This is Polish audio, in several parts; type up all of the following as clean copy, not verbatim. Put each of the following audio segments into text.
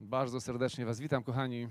Bardzo serdecznie Was witam, kochani,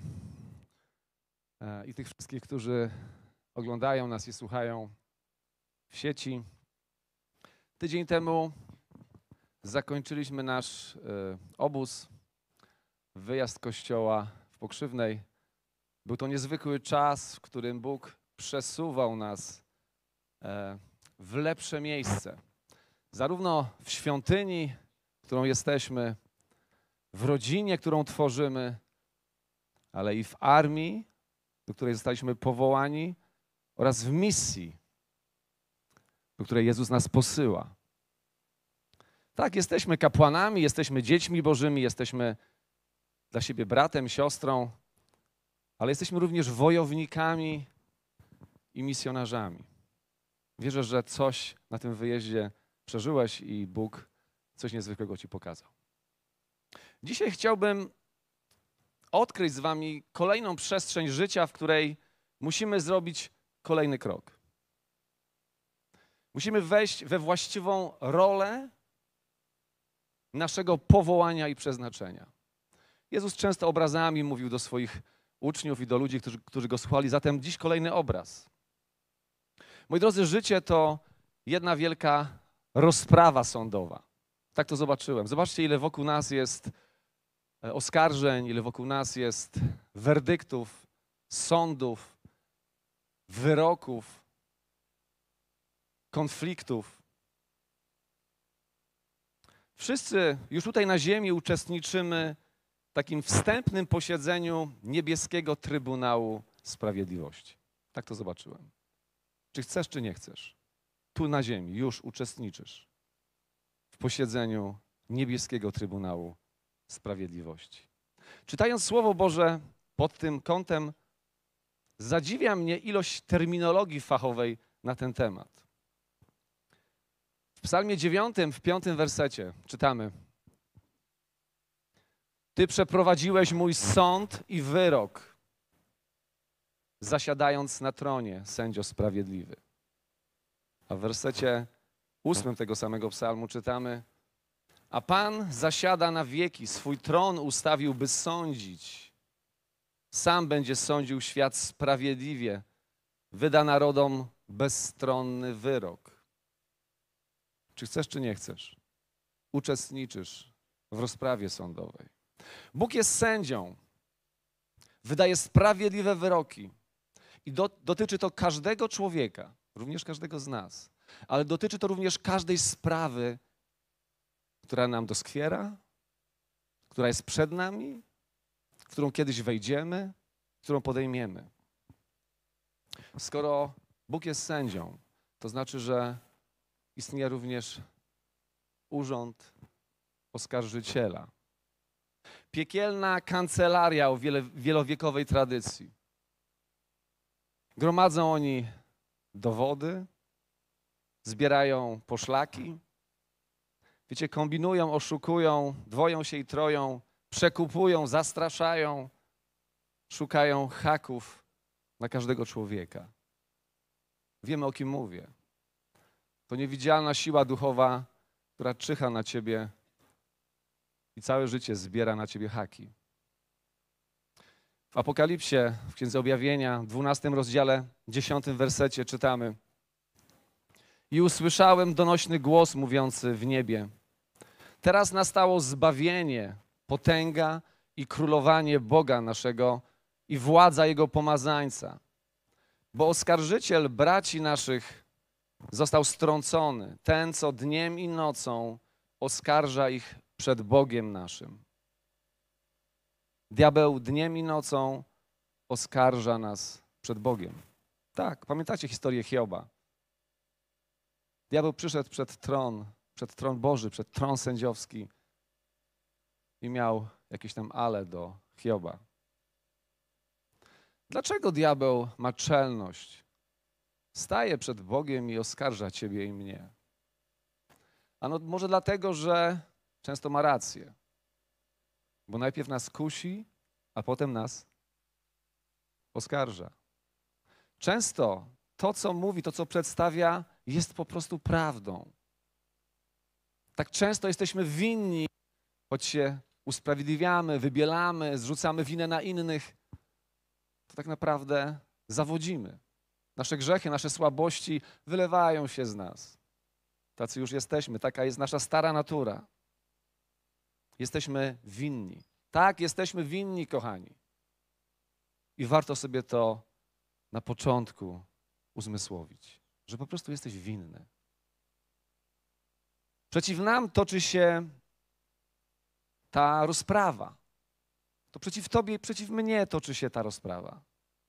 i tych wszystkich, którzy oglądają nas i słuchają w sieci. Tydzień temu zakończyliśmy nasz obóz, wyjazd Kościoła w Pokrzywnej. Był to niezwykły czas, w którym Bóg przesuwał nas w lepsze miejsce. Zarówno w świątyni, którą jesteśmy, w rodzinie, którą tworzymy, ale i w armii, do której zostaliśmy powołani, oraz w misji, do której Jezus nas posyła. Tak, jesteśmy kapłanami, jesteśmy dziećmi Bożymi, jesteśmy dla siebie bratem, siostrą, ale jesteśmy również wojownikami i misjonarzami. Wierzę, że coś na tym wyjeździe przeżyłeś i Bóg coś niezwykłego Ci pokazał. Dzisiaj chciałbym odkryć z Wami kolejną przestrzeń życia, w której musimy zrobić kolejny krok. Musimy wejść we właściwą rolę naszego powołania i przeznaczenia. Jezus często obrazami mówił do swoich uczniów i do ludzi, którzy Go słuchali. Zatem dziś kolejny obraz. Moi drodzy, życie to jedna wielka rozprawa sądowa. Tak to zobaczyłem. Zobaczcie, ile wokół nas jest oskarżeń, ile wokół nas jest werdyktów, sądów, wyroków, konfliktów. Wszyscy już tutaj na ziemi uczestniczymy w takim wstępnym posiedzeniu niebieskiego Trybunału Sprawiedliwości. Tak to zobaczyłem. Czy chcesz, czy nie chcesz? Tu na ziemi już uczestniczysz w posiedzeniu niebieskiego Trybunału Sprawiedliwości. Czytając Słowo Boże pod tym kątem, zadziwia mnie ilość terminologii fachowej na ten temat. W Psalmie 9, w 5 wersecie czytamy: Ty przeprowadziłeś mój sąd i wyrok, zasiadając na tronie, sędzio sprawiedliwy. A w wersecie 8 tego samego psalmu czytamy: A Pan zasiada na wieki, swój tron ustawił, by sądzić. Sam będzie sądził świat sprawiedliwie, wyda narodom bezstronny wyrok. Czy chcesz, czy nie chcesz? Uczestniczysz w rozprawie sądowej. Bóg jest sędzią, wydaje sprawiedliwe wyroki i dotyczy to każdego człowieka, również każdego z nas, ale dotyczy to również każdej sprawy, która nam doskwiera, która jest przed nami, w którą kiedyś wejdziemy, którą podejmiemy. Skoro Bóg jest sędzią, to znaczy, że istnieje również urząd oskarżyciela. Piekielna kancelaria o wielowiekowej tradycji. Gromadzą oni dowody, zbierają poszlaki. Wiecie, kombinują, oszukują, dwoją się i troją, przekupują, zastraszają, szukają haków na każdego człowieka. Wiemy, o kim mówię. To niewidzialna siła duchowa, która czyha na ciebie i całe życie zbiera na ciebie haki. W Apokalipsie, w Księdze Objawienia, 12 rozdziale, 10 wersecie czytamy: I usłyszałem donośny głos mówiący w niebie: Teraz nastało zbawienie, potęga i królowanie Boga naszego i władza Jego pomazańca. Bo oskarżyciel braci naszych został strącony, ten, co dniem i nocą oskarża ich przed Bogiem naszym. Diabeł dniem i nocą oskarża nas przed Bogiem. Tak, pamiętacie historię Hioba? Diabeł przyszedł przed tron Boży, przed tron sędziowski i miał jakieś tam ale do Hioba. Dlaczego diabeł ma czelność? Staje przed Bogiem i oskarża ciebie i mnie. Ano może dlatego, że często ma rację. Bo najpierw nas kusi, a potem nas oskarża. Często to, co mówi, to, co przedstawia, jest po prostu prawdą. Tak często jesteśmy winni, choć się usprawiedliwiamy, wybielamy, zrzucamy winę na innych, to tak naprawdę zawodzimy. Nasze grzechy, nasze słabości wylewają się z nas. Tacy już jesteśmy, taka jest nasza stara natura. Jesteśmy winni. Tak, jesteśmy winni, kochani. I warto sobie to na początku uzmysłowić, że po prostu jesteś winny. Przeciw nam toczy się ta rozprawa. To przeciw tobie i przeciw mnie toczy się ta rozprawa.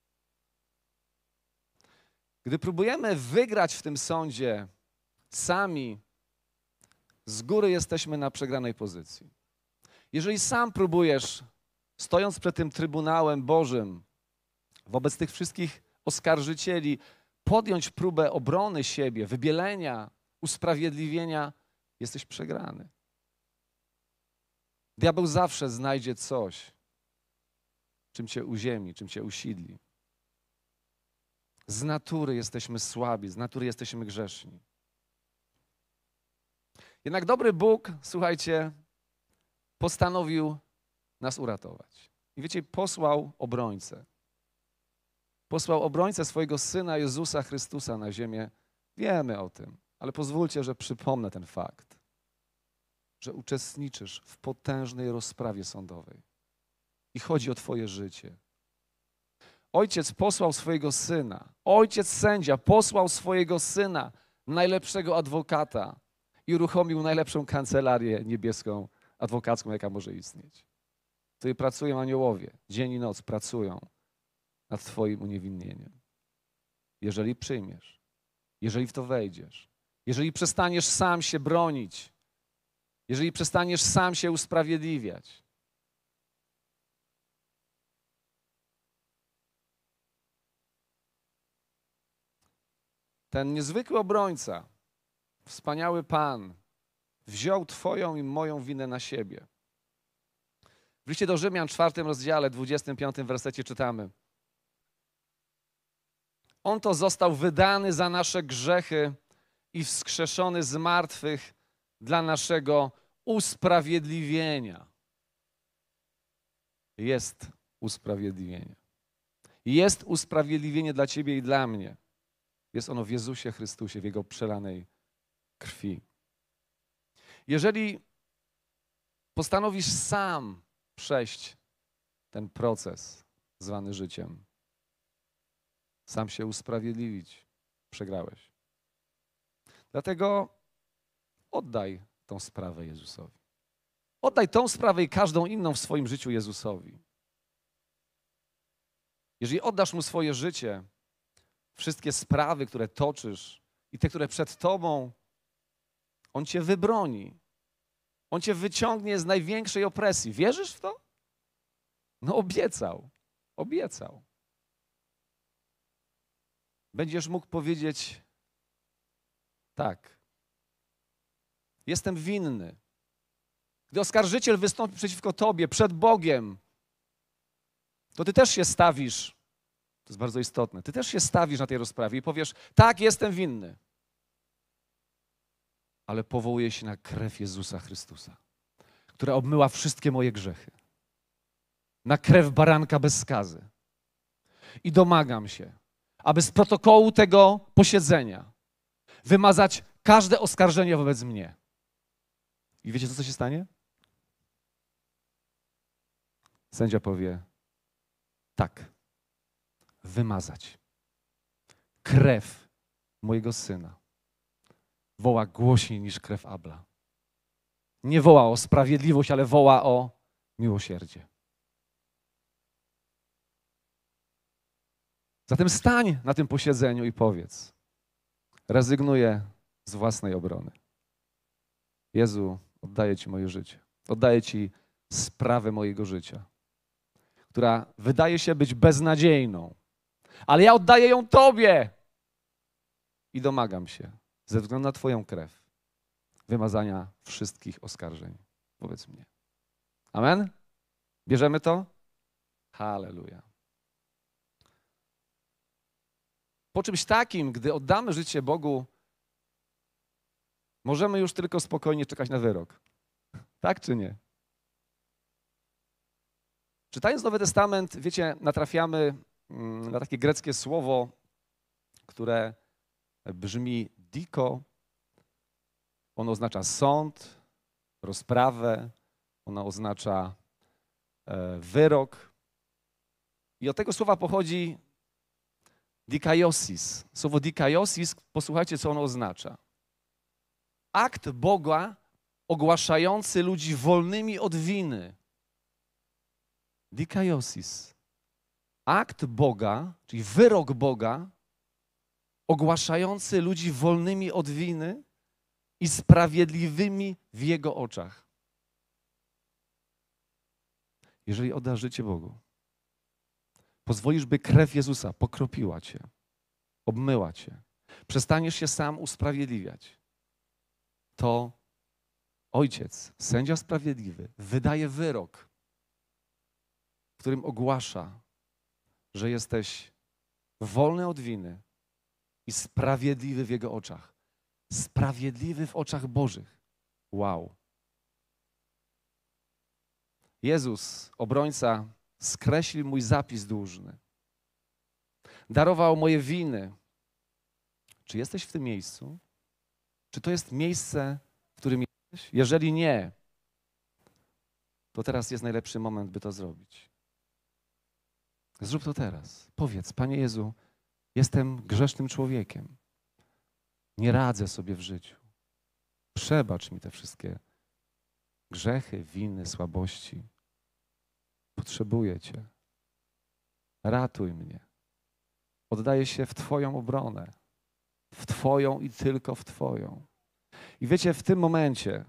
Gdy próbujemy wygrać w tym sądzie sami, z góry jesteśmy na przegranej pozycji. Jeżeli sam próbujesz, stojąc przed tym Trybunałem Bożym, wobec tych wszystkich oskarżycieli, podjąć próbę obrony siebie, wybielenia, usprawiedliwienia, jesteś przegrany. Diabeł zawsze znajdzie coś, czym cię uziemi, czym cię usidli. Z natury jesteśmy słabi, z natury jesteśmy grzeszni. Jednak dobry Bóg, słuchajcie, postanowił nas uratować. I wiecie, posłał obrońcę. Posłał obrońcę swojego Syna Jezusa Chrystusa na ziemię. Wiemy o tym, ale pozwólcie, że przypomnę ten fakt, że uczestniczysz w potężnej rozprawie sądowej. I chodzi o twoje życie. Ojciec posłał swojego Syna. Ojciec sędzia posłał swojego Syna, najlepszego adwokata i uruchomił najlepszą kancelarię niebieską, adwokacką, jaka może istnieć. W której pracują aniołowie, dzień i noc pracują nad twoim uniewinnieniem. Jeżeli przyjmiesz, jeżeli w to wejdziesz, jeżeli przestaniesz sam się bronić, jeżeli przestaniesz sam się usprawiedliwiać. Ten niezwykły obrońca, wspaniały Pan, wziął twoją i moją winę na siebie. W liście do Rzymian, 4 rozdziale, 25 wersecie czytamy: On to został wydany za nasze grzechy i wskrzeszony z martwych dla naszego usprawiedliwienia. Jest usprawiedliwienie. Jest usprawiedliwienie dla ciebie i dla mnie. Jest ono w Jezusie Chrystusie, w Jego przelanej krwi. Jeżeli postanowisz sam przejść ten proces zwany życiem, sam się usprawiedliwić, przegrałeś. Dlatego oddaj tą sprawę Jezusowi. Oddaj tą sprawę i każdą inną w swoim życiu Jezusowi. Jeżeli oddasz Mu swoje życie, wszystkie sprawy, które toczysz i te, które przed tobą, On cię wybroni. On cię wyciągnie z największej opresji. Wierzysz w to? No obiecał. Obiecał. Będziesz mógł powiedzieć: tak, jestem winny. Gdy oskarżyciel wystąpi przeciwko tobie, przed Bogiem, to ty też się stawisz, to jest bardzo istotne, ty też się stawisz na tej rozprawie i powiesz: tak, jestem winny. Ale powołuję się na krew Jezusa Chrystusa, która obmyła wszystkie moje grzechy. Na krew baranka bez skazy. I domagam się, aby z protokołu tego posiedzenia wymazać każde oskarżenie wobec mnie. I wiecie, co się stanie? Sędzia powie: tak, wymazać. Krew mojego Syna woła głośniej niż krew Abla. Nie woła o sprawiedliwość, ale woła o miłosierdzie. Zatem stań na tym posiedzeniu i powiedz: rezygnuję z własnej obrony. Jezu, oddaję Ci moje życie. Oddaję Ci sprawę mojego życia, która wydaje się być beznadziejną, ale ja oddaję ją Tobie i domagam się, ze względu na Twoją krew, wymazania wszystkich oskarżeń wobec mnie. Amen? Bierzemy to? Halleluja. Po czymś takim, gdy oddamy życie Bogu, możemy już tylko spokojnie czekać na wyrok. Tak czy nie? Czytając Nowy Testament, wiecie, natrafiamy na takie greckie słowo, które brzmi diko. Ono oznacza sąd, rozprawę, ono oznacza wyrok. I od tego słowa pochodzi dikaiosis. Słowo dikaiosis, posłuchajcie, co ono oznacza. Akt Boga ogłaszający ludzi wolnymi od winy. Dikaiosis. Akt Boga, czyli wyrok Boga, ogłaszający ludzi wolnymi od winy i sprawiedliwymi w Jego oczach. Jeżeli oddasz życie Bogu, pozwolisz, by krew Jezusa pokropiła cię, obmyła cię, przestaniesz się sam usprawiedliwiać, to Ojciec, sędzia sprawiedliwy, wydaje wyrok, w którym ogłasza, że jesteś wolny od winy i sprawiedliwy w Jego oczach. Sprawiedliwy w oczach Bożych. Wow. Jezus, obrońca, skreślił mój zapis dłużny. Darował moje winy. Czy jesteś w tym miejscu? Czy to jest miejsce, w którym jesteś? Jeżeli nie, to teraz jest najlepszy moment, by to zrobić. Zrób to teraz. Powiedz, Panie Jezu, jestem grzesznym człowiekiem. Nie radzę sobie w życiu. Przebacz mi te wszystkie grzechy, winy, słabości. Potrzebuję Cię. Ratuj mnie. Oddaję się w Twoją obronę. W Twoją i tylko w Twoją. I wiecie, w tym momencie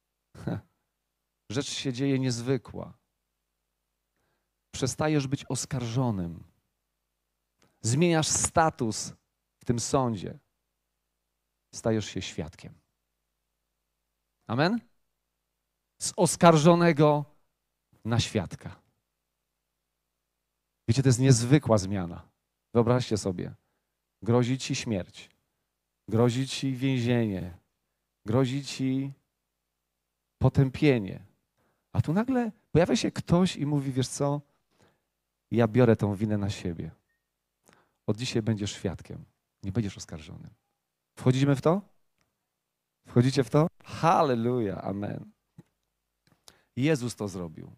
rzecz się dzieje niezwykła. Przestajesz być oskarżonym. Zmieniasz status w tym sądzie. Stajesz się świadkiem. Amen? Z oskarżonego na świadka. Wiecie, to jest niezwykła zmiana. Wyobraźcie sobie. Grozi ci śmierć. Grozi ci więzienie. Grozi ci potępienie. A tu nagle pojawia się ktoś i mówi, wiesz co? Ja biorę tą winę na siebie. Od dzisiaj będziesz świadkiem. Nie będziesz oskarżonym. Wchodzimy w to? Wchodzicie w to? Halleluja, amen. Jezus to zrobił.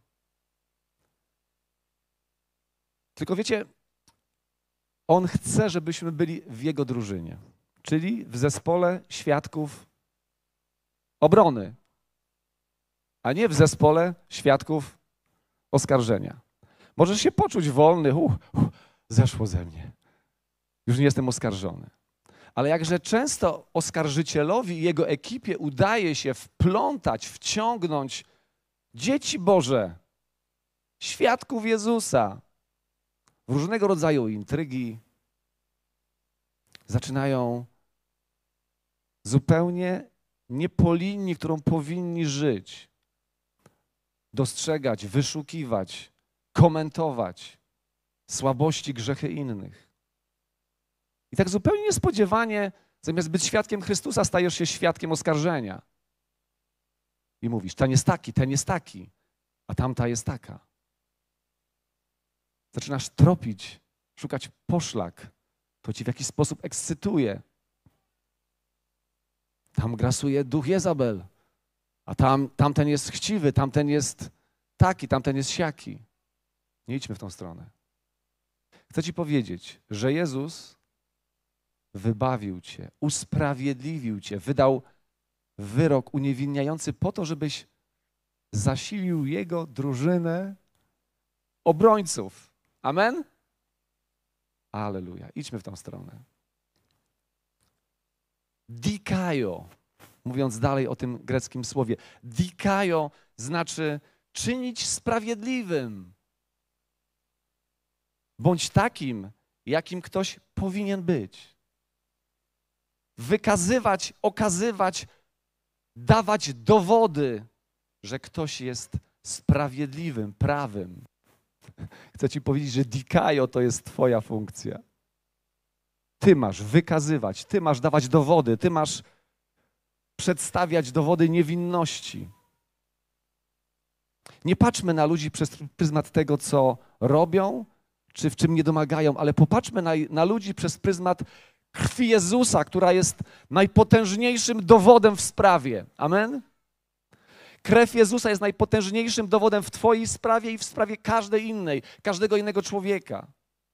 Tylko wiecie, On chce, żebyśmy byli w Jego drużynie, czyli w zespole świadków obrony, a nie w zespole świadków oskarżenia. Możesz się poczuć wolny, zeszło ze mnie. Już nie jestem oskarżony. Ale jakże często oskarżycielowi i jego ekipie udaje się wplątać, wciągnąć dzieci Boże, świadków Jezusa w różnego rodzaju intrygi, zaczynają zupełnie nie po linii, którą powinni żyć, dostrzegać, wyszukiwać, komentować słabości, grzechy innych. I tak zupełnie niespodziewanie, zamiast być świadkiem Chrystusa, stajesz się świadkiem oskarżenia. I mówisz, ten jest taki, a tamta jest taka. Zaczynasz tropić, szukać poszlak. To ci w jakiś sposób ekscytuje. Tam grasuje duch Jezabel, a tamten jest chciwy, tamten jest taki, tamten jest siaki. Nie idźmy w tą stronę. Chcę ci powiedzieć, że Jezus wybawił cię, usprawiedliwił cię, wydał wyrok uniewinniający po to, żebyś zasilił Jego drużynę obrońców. Amen? Alleluja. Idźmy w tą stronę. Dikaio, mówiąc dalej o tym greckim słowie. Dikaio znaczy czynić sprawiedliwym. Bądź takim, jakim ktoś powinien być. Wykazywać, okazywać, dawać dowody, że ktoś jest sprawiedliwym, prawym. Chcę ci powiedzieć, że dikaio to jest twoja funkcja. Ty masz wykazywać, ty masz dawać dowody, ty masz przedstawiać dowody niewinności. Nie patrzmy na ludzi przez pryzmat tego, co robią, czy w czym nie domagają, ale popatrzmy na ludzi przez pryzmat krwi Jezusa, która jest najpotężniejszym dowodem w sprawie. Amen? Krew Jezusa jest najpotężniejszym dowodem w twojej sprawie i w sprawie każdej innej, każdego innego człowieka.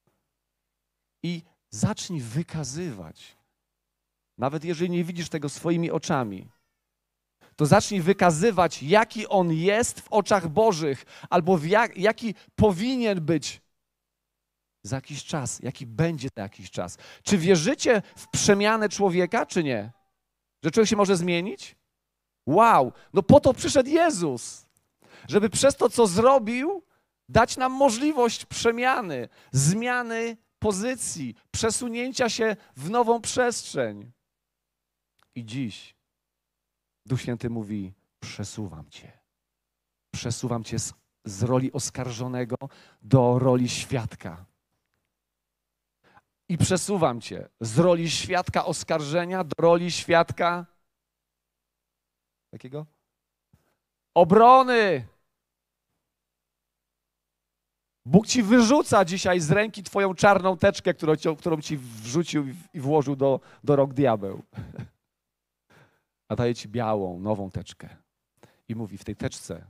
I zacznij wykazywać. Nawet jeżeli nie widzisz tego swoimi oczami, to zacznij wykazywać, jaki On jest w oczach Bożych, albo jaki powinien być za jakiś czas, jaki będzie za jakiś czas. Czy wierzycie w przemianę człowieka, czy nie? Że człowiek się może zmienić? Wow, no po to przyszedł Jezus, żeby przez to, co zrobił, dać nam możliwość przemiany, zmiany pozycji, przesunięcia się w nową przestrzeń. I dziś Duch Święty mówi, przesuwam cię z roli oskarżonego do roli świadka. I przesuwam cię z roli świadka oskarżenia do roli świadka jakiego? Obrony. Bóg ci wyrzuca dzisiaj z ręki twoją czarną teczkę, którą ci wrzucił i włożył do rąk diabeł. A daje ci białą, nową teczkę. I mówi, w tej teczce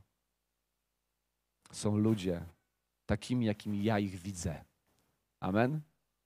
są ludzie takimi, jakimi ja ich widzę. Amen?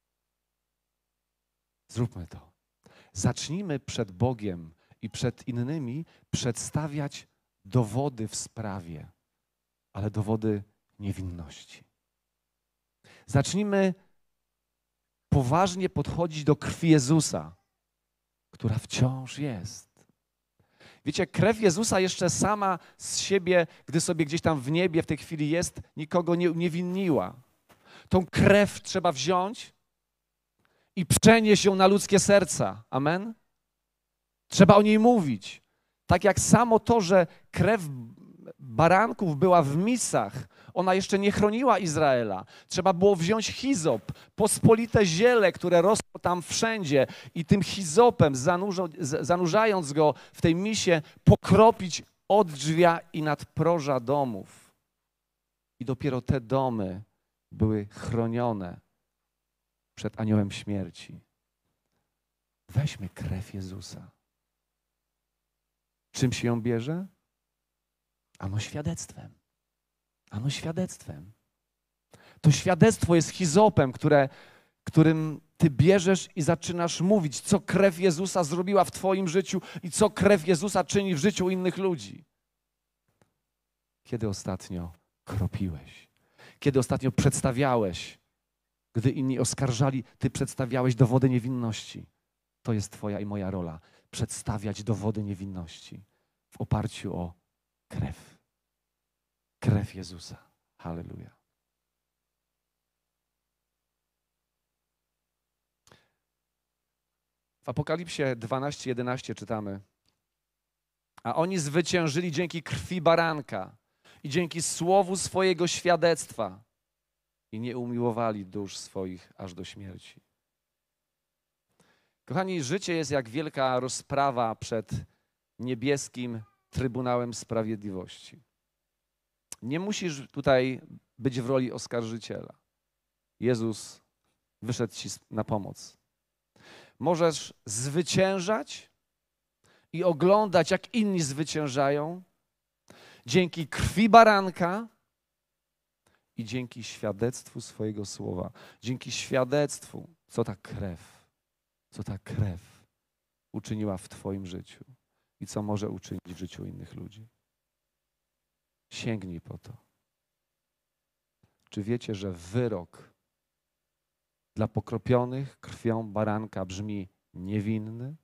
Zróbmy to. Zacznijmy przed Bogiem i przed innymi przedstawiać dowody w sprawie, ale dowody niewinności. Zacznijmy poważnie podchodzić do krwi Jezusa, która wciąż jest. Wiecie, krew Jezusa jeszcze sama z siebie, gdy sobie gdzieś tam w niebie w tej chwili jest, nikogo nie uniewinniła. Tą krew trzeba wziąć i przenieść ją na ludzkie serca. Amen? Trzeba o niej mówić. Tak jak samo to, że krew baranków była w misach, ona jeszcze nie chroniła Izraela. Trzeba było wziąć hizop, pospolite ziele, które rosło tam wszędzie i tym hizopem, zanurzając go w tej misie, pokropić od drzwia i nadproża domów. I dopiero te domy były chronione przed aniołem śmierci. Weźmy krew Jezusa. Czym się ją bierze? Ano świadectwem. Ano świadectwem. To świadectwo jest hizopem, którym ty bierzesz i zaczynasz mówić, co krew Jezusa zrobiła w twoim życiu i co krew Jezusa czyni w życiu innych ludzi. Kiedy ostatnio kropiłeś? Kiedy ostatnio przedstawiałeś? Gdy inni oskarżali, ty przedstawiałeś dowody niewinności. To jest twoja i moja rola. Przedstawiać dowody niewinności w oparciu o krew. Krew Jezusa. Halleluja. W Apokalipsie 12:11 czytamy: a oni zwyciężyli dzięki krwi baranka i dzięki słowu swojego świadectwa i nie umiłowali dusz swoich aż do śmierci. Kochani, życie jest jak wielka rozprawa przed niebieskim Trybunałem Sprawiedliwości. Nie musisz tutaj być w roli oskarżyciela. Jezus wyszedł ci na pomoc. Możesz zwyciężać i oglądać, jak inni zwyciężają dzięki krwi baranka i dzięki świadectwu swojego słowa. Dzięki świadectwu, co ta krew uczyniła w twoim życiu i co może uczynić w życiu innych ludzi. Sięgnij po to. Czy wiecie, że wyrok dla pokropionych krwią baranka brzmi niewinny?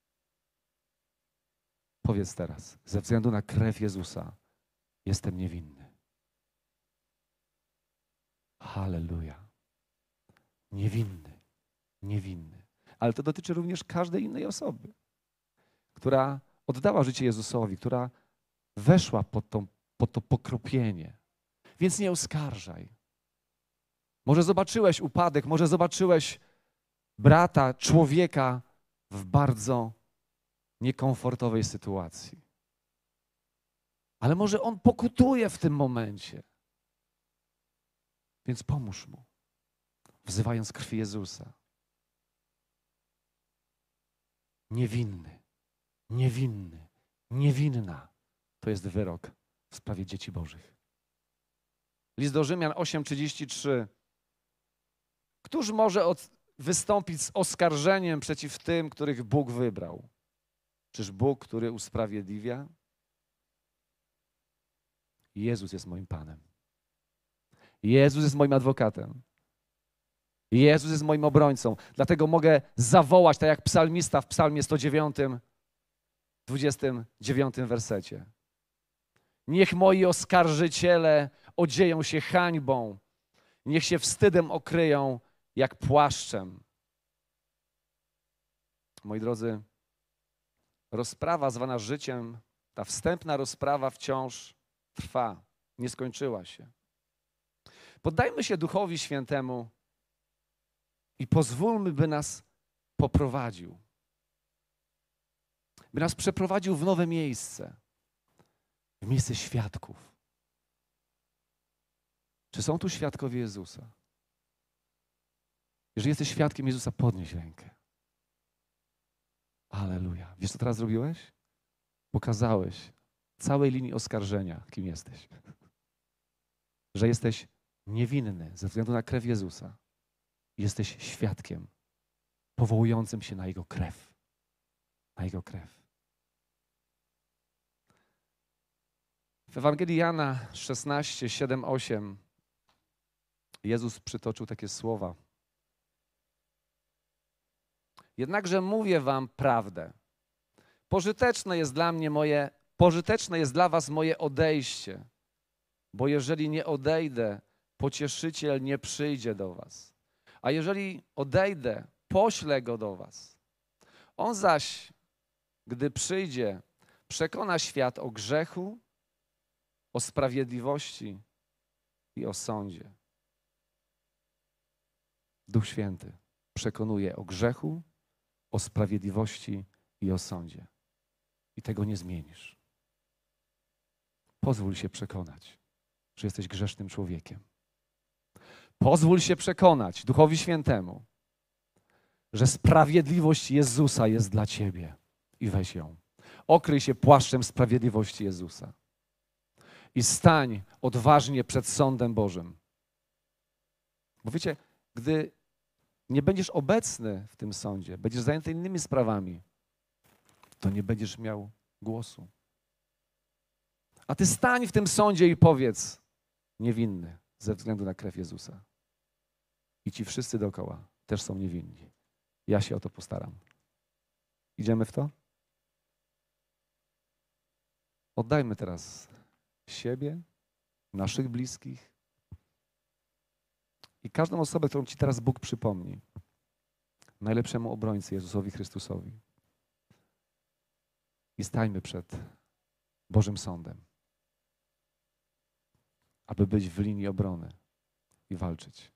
Powiedz teraz, ze względu na krew Jezusa jestem niewinny. Halleluja. Niewinny, niewinny. Ale to dotyczy również każdej innej osoby, która oddała życie Jezusowi, która weszła pod to pokropienie. Więc nie oskarżaj. Może zobaczyłeś upadek, może zobaczyłeś brata, człowieka w bardzo niekomfortowej sytuacji. Ale może on pokutuje w tym momencie. Więc pomóż mu, wzywając krwi Jezusa. Niewinny, niewinny, niewinna. To jest wyrok w sprawie dzieci Bożych. List do Rzymian 8:33. Któż może wystąpić z oskarżeniem przeciw tym, których Bóg wybrał? Czyż Bóg, który usprawiedliwia? Jezus jest moim Panem. Jezus jest moim adwokatem. Jezus jest moim obrońcą. Dlatego mogę zawołać, tak jak psalmista w psalmie 109, 29 wersecie. Niech moi oskarżyciele odzieją się hańbą. Niech się wstydem okryją jak płaszczem. Moi drodzy, rozprawa zwana życiem, ta wstępna rozprawa wciąż trwa. Nie skończyła się. Poddajmy się Duchowi Świętemu i pozwólmy, by nas poprowadził. By nas przeprowadził w nowe miejsce. W miejsce świadków. Czy są tu świadkowie Jezusa? Jeżeli jesteś świadkiem Jezusa, podnieś rękę. Alleluja. Wiesz, co teraz zrobiłeś? Pokazałeś całej linii oskarżenia, kim jesteś. Że jesteś niewinny ze względu na krew Jezusa. Jesteś świadkiem powołującym się na Jego krew. Na Jego krew. W Ewangelii Jana 16, 7, 8 Jezus przytoczył takie słowa. Jednakże mówię wam prawdę. Pożyteczne jest dla was moje odejście, bo jeżeli nie odejdę, Pocieszyciel nie przyjdzie do was. A jeżeli odejdę, poślę go do was. On zaś, gdy przyjdzie, przekona świat o grzechu, o sprawiedliwości i o sądzie. Duch Święty przekonuje o grzechu, o sprawiedliwości i o sądzie. I tego nie zmienisz. Pozwól się przekonać, że jesteś grzesznym człowiekiem. Pozwól się przekonać Duchowi Świętemu, że sprawiedliwość Jezusa jest dla ciebie i weź ją. Okryj się płaszczem sprawiedliwości Jezusa i stań odważnie przed sądem Bożym. Bo wiecie, gdy nie będziesz obecny w tym sądzie, będziesz zajęty innymi sprawami, to nie będziesz miał głosu. A ty stań w tym sądzie i powiedz, niewinny ze względu na krew Jezusa. I ci wszyscy dookoła też są niewinni. Ja się o to postaram. Idziemy w to? Oddajmy teraz siebie, naszych bliskich i każdą osobę, którą ci teraz Bóg przypomni, najlepszemu obrońcy Jezusowi Chrystusowi. I stańmy przed Bożym Sądem, aby być w linii obrony i walczyć.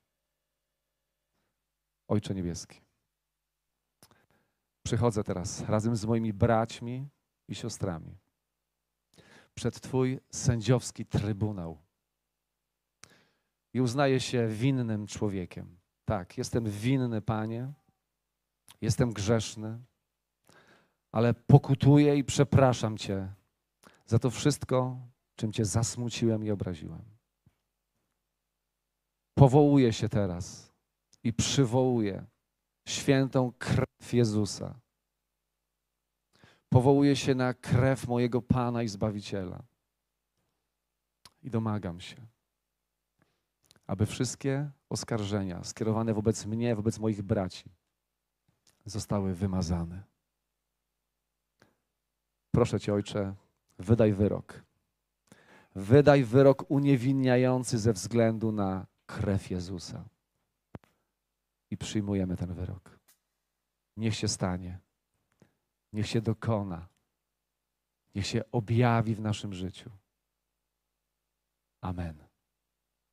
Ojcze Niebieski, przychodzę teraz razem z moimi braćmi i siostrami przed Twój sędziowski trybunał i uznaję się winnym człowiekiem. Tak, jestem winny, Panie, jestem grzeszny, ale pokutuję i przepraszam Cię za to wszystko, czym Cię zasmuciłem i obraziłem. Powołuję się teraz i przywołuję świętą krew Jezusa. Powołuję się na krew mojego Pana i Zbawiciela. I domagam się, aby wszystkie oskarżenia skierowane wobec mnie, wobec moich braci zostały wymazane. Proszę Cię, Ojcze, wydaj wyrok. Wydaj wyrok uniewinniający ze względu na krew Jezusa. I przyjmujemy ten wyrok. Niech się stanie. Niech się dokona. Niech się objawi w naszym życiu. Amen.